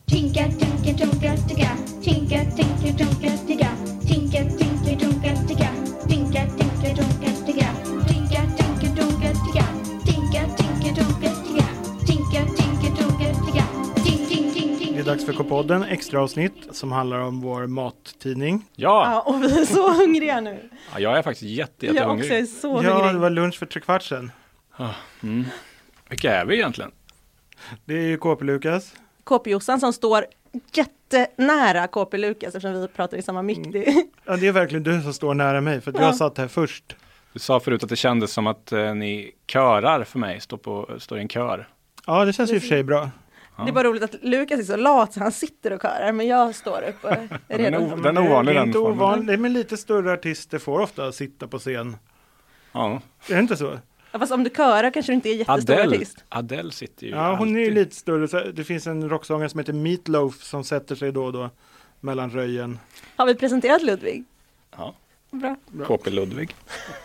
Tinka, tinka, tunka, ticka. Tinka, tinka, tunka, ticka. Tinka, tinka, tunka, ticka. Tinka, tinka, tunka, ticka. Tinka, tinka, tunka, ticka. Tinka, tinka, tunka, ticka. Tinka, tinka, tunka, ticka. Ting, ting, ting, ting. Det är dags för K-podden, extra avsnitt som handlar om vår mattidning. Ja, Ja, och vi är så hungriga nu. ja jag är faktiskt Jag också jättehungrig. är så Ja, hungrig. det var lunch för 3/4 sedan. Vilka är vi egentligen? Det är ju KP-Lukas. KP-Jossan som står jättenära KP-Lukas eftersom vi pratar i samma mick. Ja, det är verkligen du som står nära mig för att jag satt här först. Du sa förut att det kändes som att ni körar för mig, står i en kör. Ja, det känns ju för sig bra. Det är bara roligt att Lukas är så lat så han sitter och körar men jag står upp och är redo. Den är ovanlig, Det är den inte formen. ovanligt, men lite större artister får ofta sitta på scen. Ja. Är det inte så? Ja, fast om du körar kanske du inte är jättestor artist. Adele sitter ju Ja, hon är ju alltid. lite större. Så det finns en rocksångare som heter Meatloaf som sätter sig då och då mellan röjen. Har vi presenterat Ludvig? Ja. Bra. KP Ludvig.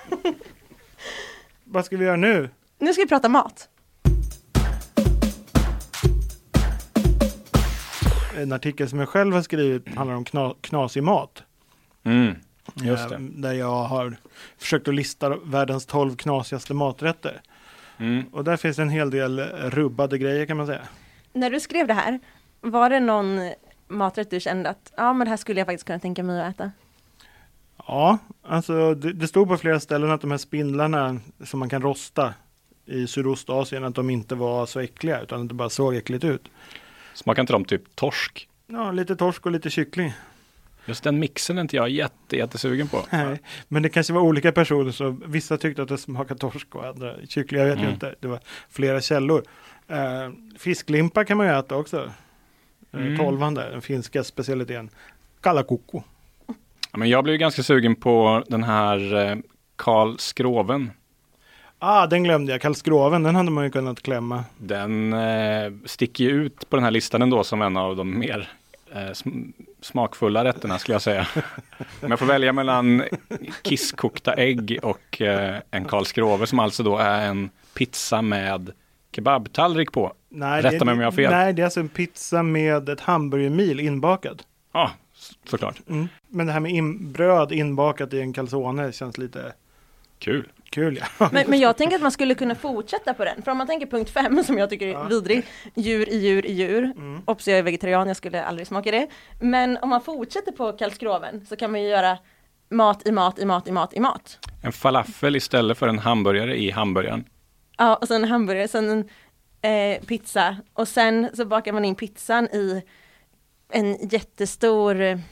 Vad ska vi göra nu? Nu ska vi prata mat. En artikel som jag själv har skrivit handlar om knasig mat. Just det. Där jag har försökt att lista världens 12 knasigaste maträtter. Och där finns en hel del rubbade grejer kan man säga. När du skrev det här, var det någon maträtt du kände att ja, men det här skulle jag faktiskt kunna tänka mig att äta? Ja, alltså det stod på flera ställen att de här spindlarna som man kan rosta i Sydostasien att de inte var så äckliga utan att det bara såg äckligt ut. Smakar inte de typ torsk? Ja, lite torsk och lite kyckling. Just den mixen är inte jag jättesugen på. Nej, men det kanske var olika personer så vissa tyckte att det smakade torsk och andra kyckling, jag vet ju inte. Det var flera källor. Fisklimpa kan man ju äta också. 12:an där, den finska specialiteten. Kallakukko. Ja, men jag blev ganska sugen på den här Karl Skroven. Den glömde jag. Karlskroven, den hade man ju kunnat klämma. Den sticker ju ut på den här listan ändå som en av de mer smakfulla rätterna skulle jag säga. Om jag får välja mellan kisskokta ägg och en Karl Skrove som alltså då är en pizza med kebabtallrik på. Nej, Rätta mig om jag har fel. Nej, det är alltså en pizza med ett hamburgermil inbakad. Ja, såklart. Men det här med bröd inbakat i en calzone känns lite Kul. kul. Ja. Men jag tänker att man skulle kunna fortsätta på den. För om man tänker punkt 5 som jag tycker är vidrig. Djur i djur i djur. Obs, jag är vegetarian, jag skulle aldrig smaka det. Men om man fortsätter på Karlskroven så kan man ju göra mat i mat i mat i mat i mat. En falafel istället för en hamburgare i hamburgaren. Ja, och sen en hamburgare, sen en pizza. Och sen så bakar man in pizzan i en jättestor...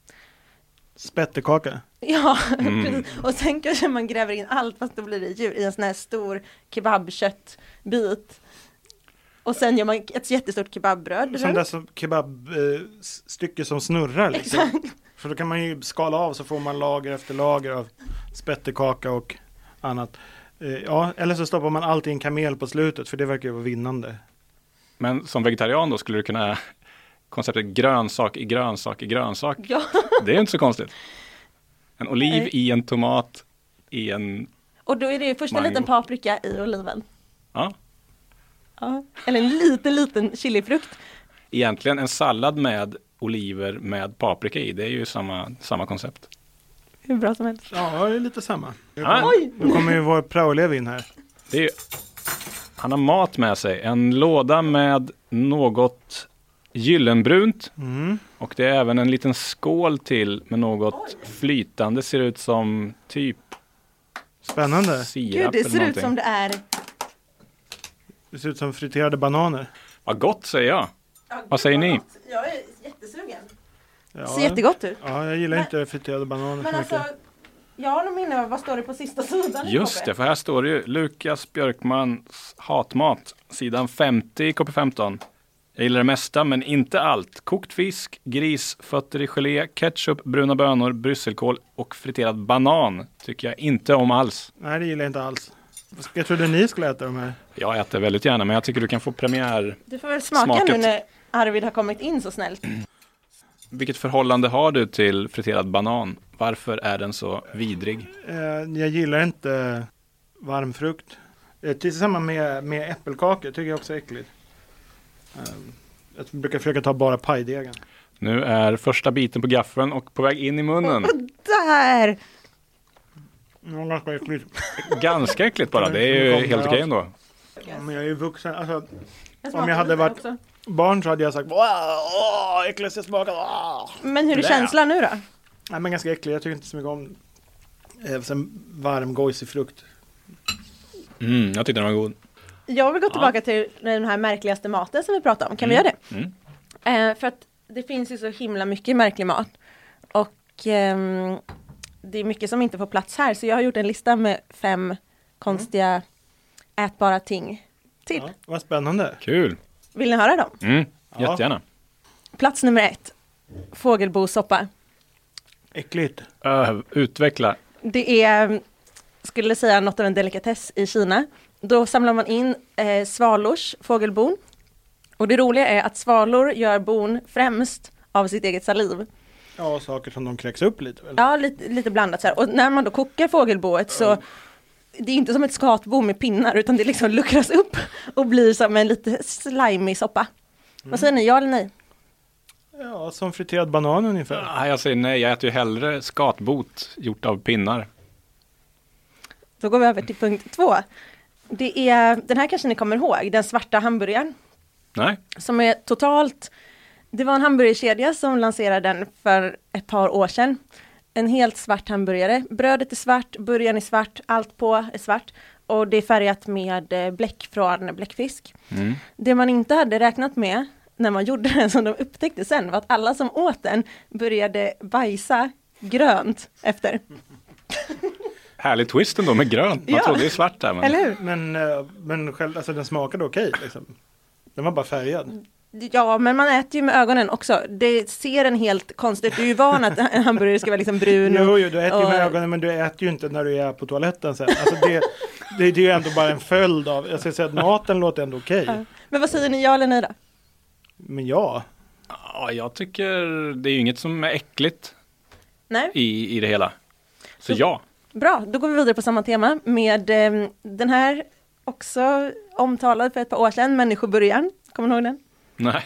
Spettekaka. Ja, precis. Och sen kanske man gräver in allt fast då blir det djur i en sån här stor kebabköttbit. Och sen gör man ett jättestort kebabbröd. Som där som kebabstycke som snurrar liksom. Exakt. För då kan man ju skala av så får man lager efter lager av spettekaka och annat. Ja, eller så stoppar man allt i en kamel på slutet för det verkar ju vara vinnande. Men som vegetarian då skulle du kunna konceptet grönsak i grönsak i grönsak. Ja. Det är inte så konstigt. En oliv Nej. i en tomat i en... Och då är det först en Mango. liten paprika i oliven. Ja. Ja. Eller en liten chilifrukt. Egentligen en sallad med oliver med paprika i. Det är ju samma koncept. Hur bra som helst. Ja, det är lite samma. Ja. Oj! Nu kommer ju vår praoelev in här. Det är ju, han har mat med sig. En låda med något gyllenbrunt. Och det är även en liten skål till med något flytande. Ser ut som typ Spännande. sirap Gud, det eller ser ut någonting. som det är. Det ser ut som friterade bananer. Vad gott säger jag. Vad säger ni? Jag är jättesugen. Ja, Ser jättegott ut. Ja, jag gillar inte friterade bananer Men så mycket. alltså, jag har nog minne av vad står det på sista sidan? i Just KP? det, för här står det ju Lukas Björkmans hatmat, sidan 50 i KP15. Jag gillar det mesta, men inte allt. Kokt fisk, gris, fötter i gelé, ketchup, bruna bönor, brysselkål och friterad banan tycker jag inte om alls. Nej, det gillar jag inte alls. Jag trodde ni skulle äta de här. Jag äter väldigt gärna, men jag tycker du kan få premiär. Du får väl smaka Smaket. nu när Arvid har kommit in så snällt. Vilket förhållande har du till friterad banan? Varför är den så vidrig? Jag gillar inte varm frukt. Tillsammans med äppelkakor tycker jag också är äckligt. Jag brukar försöka ta bara pajdegen. Nu är första biten på gaffeln och på väg in i munnen. Där! Ja, ganska äckligt. Ganska äckligt bara, det är ju helt okej ändå. Ja, men jag är ju vuxen. Alltså, smakar om jag hade lite varit också. barn så hade jag sagt äckligaste smaken. Men hur är känslan nu då? Nej, men ganska äcklig. Jag tycker inte så mycket om sen varm gojsig frukt. Jag tyckte den var god. Jag vill gå tillbaka till den här märkligaste maten som vi pratade om. Kan vi göra det? För att det finns ju så himla mycket märklig mat. Och det är mycket som inte får plats här. Så jag har gjort en lista med 5 konstiga ätbara ting till. Ja, vad spännande. Kul. Vill ni höra dem? Jättegärna. Plats nummer 1. Fågelbosoppa. Äckligt. Utveckla. Det är, skulle säga, något av en delikatess i Kina. Då samlar man in svalors fågelbon. Och det roliga är att svalor gör bon främst av sitt eget saliv. Ja, saker som de kräks upp lite. Väl? Ja, lite blandat så här. Och när man då kokar fågelboet så det är inte som ett skatbo med pinnar utan det liksom luckras upp och blir som en lite slimig soppa. Vad säger ni, ja eller nej? Ja, som friterad banan ungefär. Jag säger nej, jag äter ju hellre skatbot gjort av pinnar. Då går vi över till punkt 2. Det är, den här kanske ni kommer ihåg, den svarta hamburgaren. Nej. Som är totalt, det var en hamburgerkedja som lanserade den för ett par år sedan. En helt svart hamburgare. Brödet är svart, burgaren är svart, allt på är svart. Och det är färgat med bläck från bläckfisk. Det man inte hade räknat med när man gjorde den, som de upptäckte sen, var att alla som åt den började bajsa grönt efter. Härlig twist ändå med grönt. Man trodde det är svart där. Men... Eller hur? Men själv, alltså den smakade okej liksom. Den var bara färgad. Ja, men man äter ju med ögonen också. Det ser en helt konstigt. Du är ju van att en hamburgare ska vara liksom brun. Jo, du äter ju med ögonen, men du äter ju inte när du är på toaletten sen. Alltså det är ju ändå bara en följd av, jag ska säga att maten låter ändå okej. Ja. Men vad säger ni, ja eller nej då? Men ja. Ja, jag tycker det är ju inget som är äckligt Nej. i det hela. Så ja. Bra, då går vi vidare på samma tema med den här också omtalad för ett par år sedan, människoburgaren. Kommer ni ihåg den? Nej.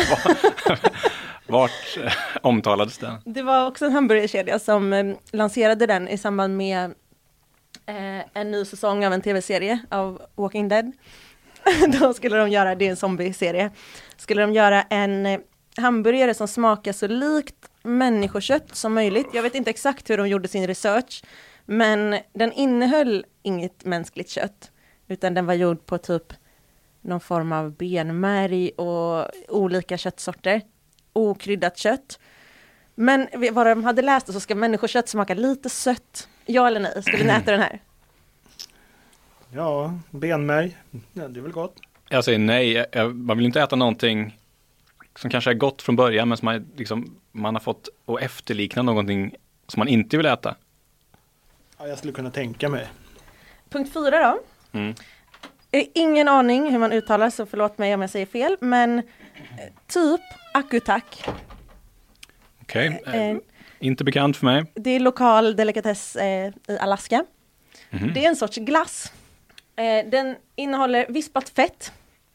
Vart omtalades den? Det var också en hamburgerkedja som lanserade den i samband med en ny säsong av en tv-serie av Walking Dead. Då skulle de göra, det är en zombie-serie, skulle de göra en hamburgare som smakar så likt människokött som möjligt. Jag vet inte exakt hur de gjorde sin research, men den innehöll inget mänskligt kött, utan den var gjord på typ någon form av benmärg och olika köttsorter. Okryddat kött. Men vad de hade läst så ska människokött smaka lite sött. Ja eller nej? Skulle ni äta den här? Ja, benmärg. Ja, det är väl gott. Jag säger nej. Man vill inte äta någonting som kanske är gott från början, men som man har fått att efterlikna någonting som man inte vill äta. Ja, jag skulle kunna tänka mig. Punkt 4 då. Ingen aning hur man uttalar, så förlåt mig om jag säger fel, men typ akutak. Okej, inte bekant för mig. Det är lokal delikatess i Alaska. Det är en sorts glass. Den innehåller vispat fett,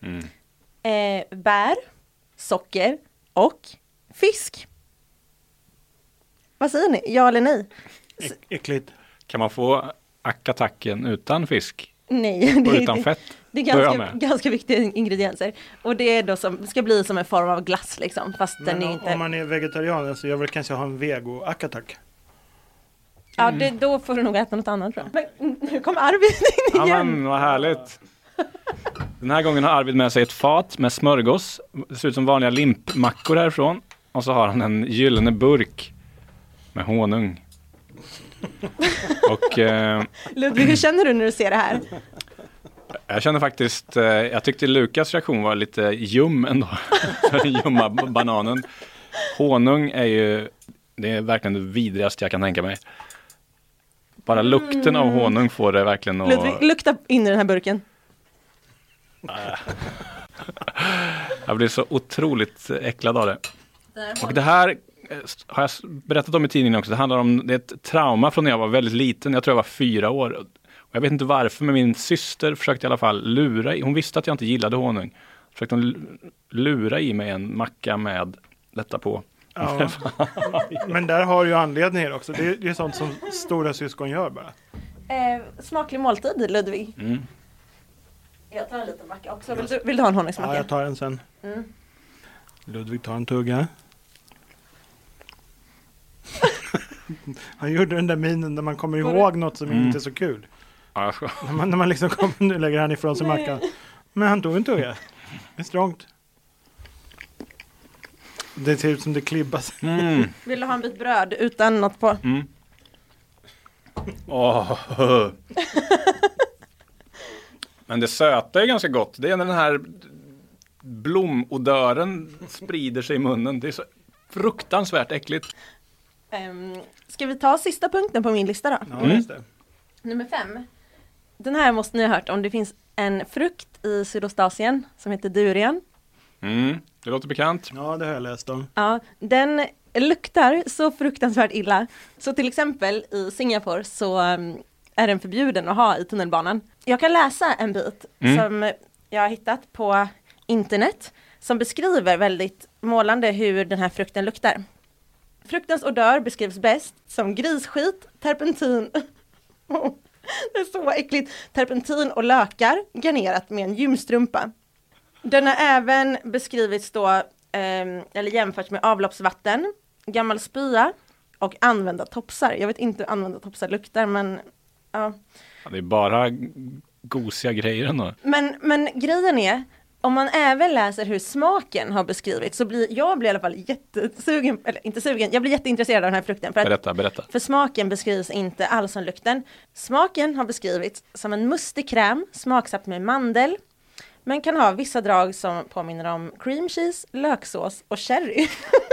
bär, socker och fisk. Vad säger ni? Ja eller nej? Äckligt. Kan man få akatacken utan fisk? Nej. Och utan fett? Det är ganska viktiga ingredienser. Och det är då som ska bli som en form av glass liksom. Fast Men den är inte... om man är vegetarian så jag vill kanske ha en vego-akatak. Ja, då får du nog äta något annat tror jag. Men nu kom Arvid in igen. Ja, men vad härligt. Den här gången har Arvid med sig ett fat med smörgås. Det ser ut som vanliga limpmackor härifrån. Och så har han en gyllene burk med honung. Och Ludvig, hur känner du när du ser det här? jag känner faktiskt, jag tyckte Lukas reaktion var lite ljum ändå. Den ljumma bananen. Honung är ju, det är verkligen det vidrigaste jag kan tänka mig. Bara lukten av honung får det verkligen att... Ludvig, lukta in i den här burken. Jag blir så otroligt äcklad av det. Och det här har jag berättat om i tidningen också. Det handlar om, det är ett trauma från när jag var väldigt liten. Jag tror jag var 4 år. Och jag vet inte varför, men min syster försökte i alla fall lura. Hon visste att jag inte gillade honung. försökte hon lura i mig en macka med detta på. Ja. Men där har ju anledningar också. Det är sånt som stora syskon gör bara. Smaklig måltid, Ludvig. Jag tar en liten macka också. Vill du ha en honungsmacka? Ja, jag tar en sen. Ludvig tar en tugga. Han gjorde den där minen där man kommer ihåg något som inte är så kul. Ja, När man liksom kommer, nu lägger han ifrån sig mackan. Men han tog en tugga. Det är strångt. Det ser ut som det klibbas. Vill du ha en bit bröd utan något på? Men det söta är ganska gott. Det är när den här blomodören sprider sig i munnen. Det är så fruktansvärt äckligt. Ska vi ta sista punkten på min lista då? Ja, just det. Nummer 5. Den här måste ni ha hört om. Det finns en frukt i Sydostasien som heter durian. Det låter bekant. Ja, det har jag läst om. Ja, den luktar så fruktansvärt illa. Så till exempel i Singapore så är den förbjuden att ha i tunnelbanan. Jag kan läsa en bit som jag har hittat på internet som beskriver väldigt målande hur den här frukten luktar. Fruktens odör beskrivs bäst som grisskit, terpentin. Det är så äckligt. Terpentin och lökar garnerat med en gymstrumpa. Den har även beskrivits då, eller jämförts med avloppsvatten, gammal spya och använda topsar. Jag vet inte hur använda topsar luktar, men ja. Det är bara gosiga grejer ändå. Men grejen är, om man även läser hur smaken har beskrivits så blir jag i alla fall jättesugen, eller inte sugen, jag blir jätteintresserad av den här frukten. För Berätta. För smaken beskrivs inte alls som lukten. Smaken har beskrivits som en mustig kräm, smaksatt med mandel, men kan ha vissa drag som påminner om cream cheese, löksås och cherry.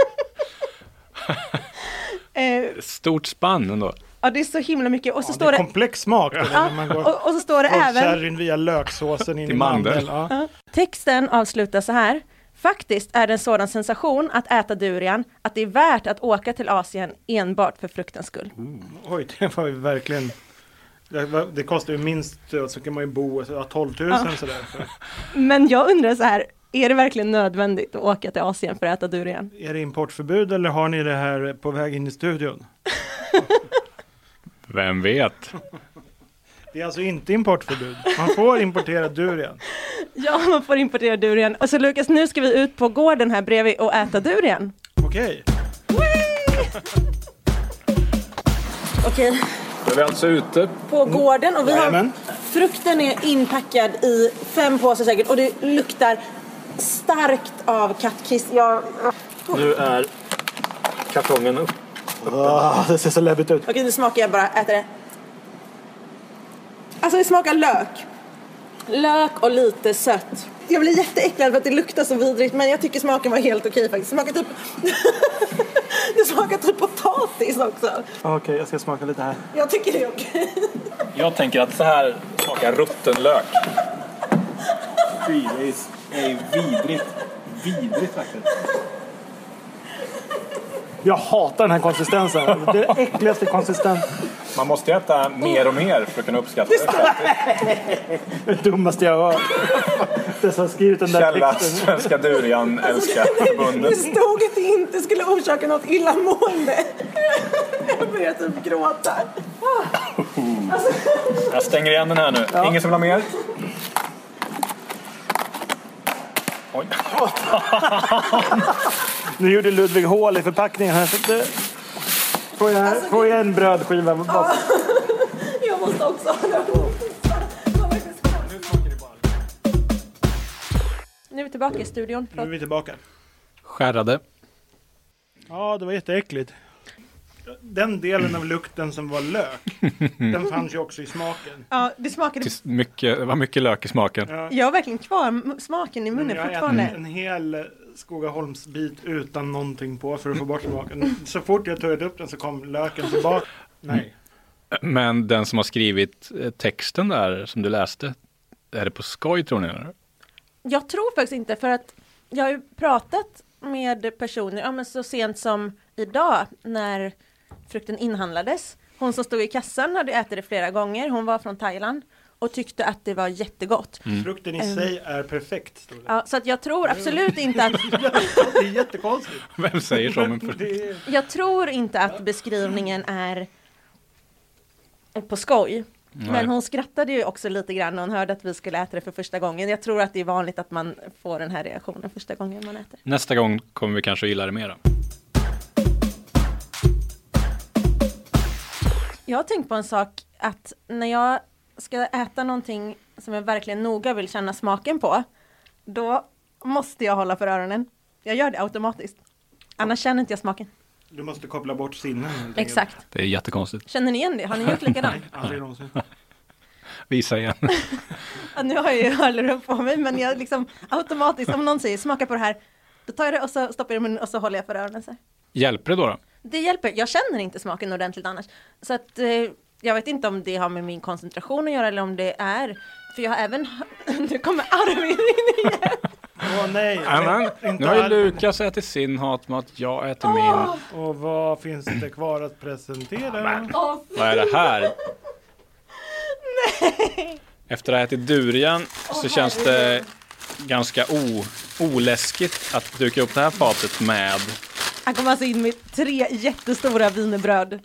Stort spann ändå. Ja, det är så himla mycket. Och så Ja, står det är komplex smak. När man går och så står det även sherryn via löksåsen in till i mandel. mandel. Ja. Texten avslutar så här. Faktiskt är det en sådan sensation att äta durian att det är värt att åka till Asien enbart för fruktens skull. Oj, det var ju verkligen... Det kostar ju minst, så kan man ju bo 12 000 sådär. Men jag undrar så här, är det verkligen nödvändigt att åka till Asien för att äta durian? Är det importförbud eller har ni det här på väg in i studion? Vem vet? Det är alltså inte importförbud. Man får importera durian. Ja, man får importera durian. Och så Lukas, nu ska vi ut på gården här bredvid och äta durian. Okej. Okej. Då är vi alltså ute. På gården och vi har Jajamän. frukten är inpackad i 5 påsar säkert och det luktar starkt av kattkiss. Nu är kartongen upp. Det ser så läbbigt ut. Okej, nu smakar jag bara, äter det. Alltså det smakar lök. Lök och lite sött. Jag blir jätteäcklad för att det luktar så vidrigt, men jag tycker smaken var helt okej faktiskt. Smakar typ... det smakar typ potatis också. Okej, jag ska smaka lite här. Jag tycker det är okej. Jag tänker att så här smakar rutten lök. Fy, det är vidrigt. Vidrigt faktiskt. Jag hatar den här konsistensen. Det är äckligaste konsistens. Man måste äta mer och mer för att kunna uppskatta det. Det dummaste jag har hört. Det som har skrivit den där Källa texten. Svenska Durian älskar förbundet. Det stod att det inte skulle orsaka något illamående. Jag börjar typ gråta. Jag stänger igen den här nu. Ja. Ingen som vill ha mer? Oj. Nu gjorde Ludvig hål i förpackningen här. Så det... Får jag en brödskiva? Jag måste också ha det. Nu är vi tillbaka i studion. Nu är vi tillbaka. Skärrade. Ja, det var jätteäckligt. Den delen av lukten som var lök, den fanns ju också i smaken. Ja, det smakade... Det var mycket lök i smaken. Ja. Jag har verkligen kvar smaken i munnen Jag har fortfarande. ätit en hel Skogaholmsbit utan någonting på för att få bort smaken. Så fort jag tog upp den så kom löken tillbaka. Nej. Men den som har skrivit texten där som du läste, är det på skoj tror ni? Eller? Jag tror faktiskt inte, för att jag har ju pratat med personer, ja men så sent som idag när frukten inhandlades. Hon som stod i kassan hade ätit det flera gånger, hon var från Thailand. och tyckte att det var jättegott. Frukten i sig är perfekt. Står det. Ja, så att jag tror absolut inte att Det är jättekonstigt. Vem säger så? Men jag tror inte att beskrivningen är på skoj. Nej. Men hon skrattade ju också lite grann när hon hörde att vi skulle äta det för första gången. Jag tror att det är vanligt att man får den här reaktionen första gången man äter. Nästa gång kommer vi kanske gilla det mera. Jag har tänkt på en sak, att när jag ska äta någonting som jag verkligen noga vill känna smaken på, då måste jag hålla för öronen. Jag gör det automatiskt. Annars känner inte jag smaken. Du måste koppla bort sinnen. helt enkelt. Exakt. Det är jättekonstigt. Känner ni igen det? Har ni gjort likadant? Aldrig någonsin. Visa igen. Ja, nu har jag ju hörlurar på mig, men jag liksom automatiskt, om någon säger smaka på det här, då tar jag det och så stoppar jag i munnen och så håller jag för öronen så här. Hjälper det då? Det hjälper. Jag känner inte smaken ordentligt annars. Så att jag vet inte om det har med min koncentration att göra eller om det är, för jag har även, nu kommer Arvid in igen. Åh nej. Amen. Nu har ju Lukas ätit sin hatmat, jag äter min. Och vad finns det kvar att presentera? Vad är det här? Efter att ha ätit durian så känns det ganska oläskigt att duka upp det här fatet med. Han kommer alltså in med 3 jättestora wienerbröd.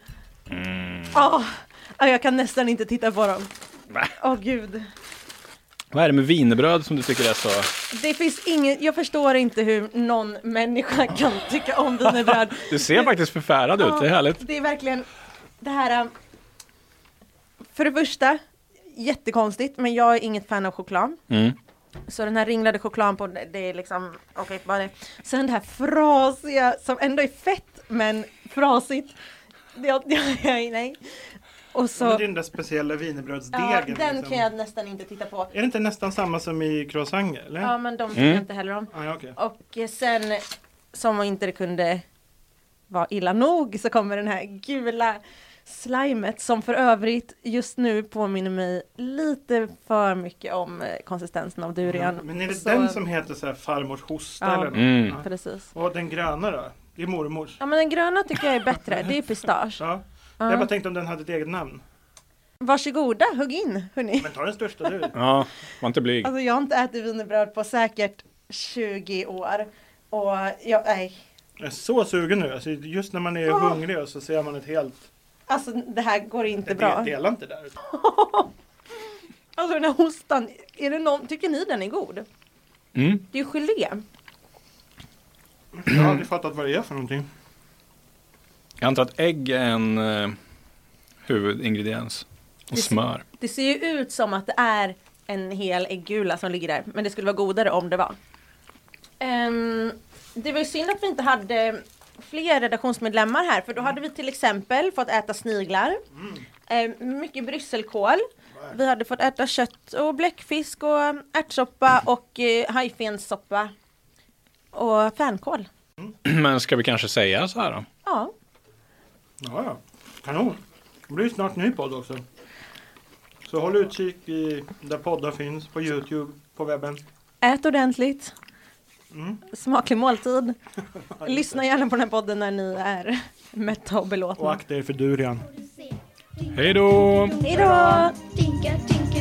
Jag kan nästan inte titta på dem. Gud. Vad är det med wienerbröd som du tycker är så? Det finns jag förstår inte hur någon människa kan tycka om wienerbröd. Du ser faktiskt förfärad ut, det är härligt. Det är verkligen det här. För det första, jättekonstigt, men jag är inget fan av choklad. Så den här ringlade chokladen på, det är liksom, okej, bara det. Sen det här frasiga, som ändå är fett, men frasigt. Nej. Och så, Men det är den där speciella wienerbrödsdegen. den liksom. kan jag nästan inte titta på. Är det inte nästan samma som i croissant, eller? Ja, men de tycker jag inte heller om. Ja, okej. Och sen, som inte det kunde vara illa nog, så kommer den här gula slimet som för övrigt just nu påminner mig lite för mycket om konsistensen av durian. Men är det Så, den som heter så här farmors hosta Ja. eller något? Mm. Ja. precis. Och den gröna då? Det är mormors. Ja, men den gröna tycker jag är bättre. Det är pistage. Ja. Jag bara tänkte om den hade ett eget namn. Varsågoda, hugg in, hörni. Men ta den största du. Ja, var inte blyg. Alltså jag har inte ätit wienerbröd på säkert 20 år. Och nej. Jag är så sugen nu. Alltså, just när man är hungrig och så ser man ett helt... Alltså det här går inte bra. Dela inte där. Alltså den här hostan, tycker ni den är god? Mm. Det är ju gelé. Jag har aldrig fattat vad det är för någonting. Jag antar att ägg är en huvudingrediens. Och smör. Det ser ju ut som att det är en hel äggula som ligger där. Men det skulle vara godare om det var. Det var ju synd att vi inte hade fler redaktionsmedlemmar här. För då hade vi till exempel fått äta sniglar. Mycket brysselkål. Vi hade fått äta kött och bläckfisk och ärtsoppa och hajfenssoppa. Och fänkål. Men ska vi kanske säga så här då? Ja. Ja. Kanon. Det blir snart ny podd också. Så håll utkik där poddar finns. På YouTube, på webben. Ät ordentligt. Smaklig måltid. Lyssna gärna på den här podden när ni är mätta och belåtna. Och akta er för durian. Hej då! Hej då! Tinka, tinka.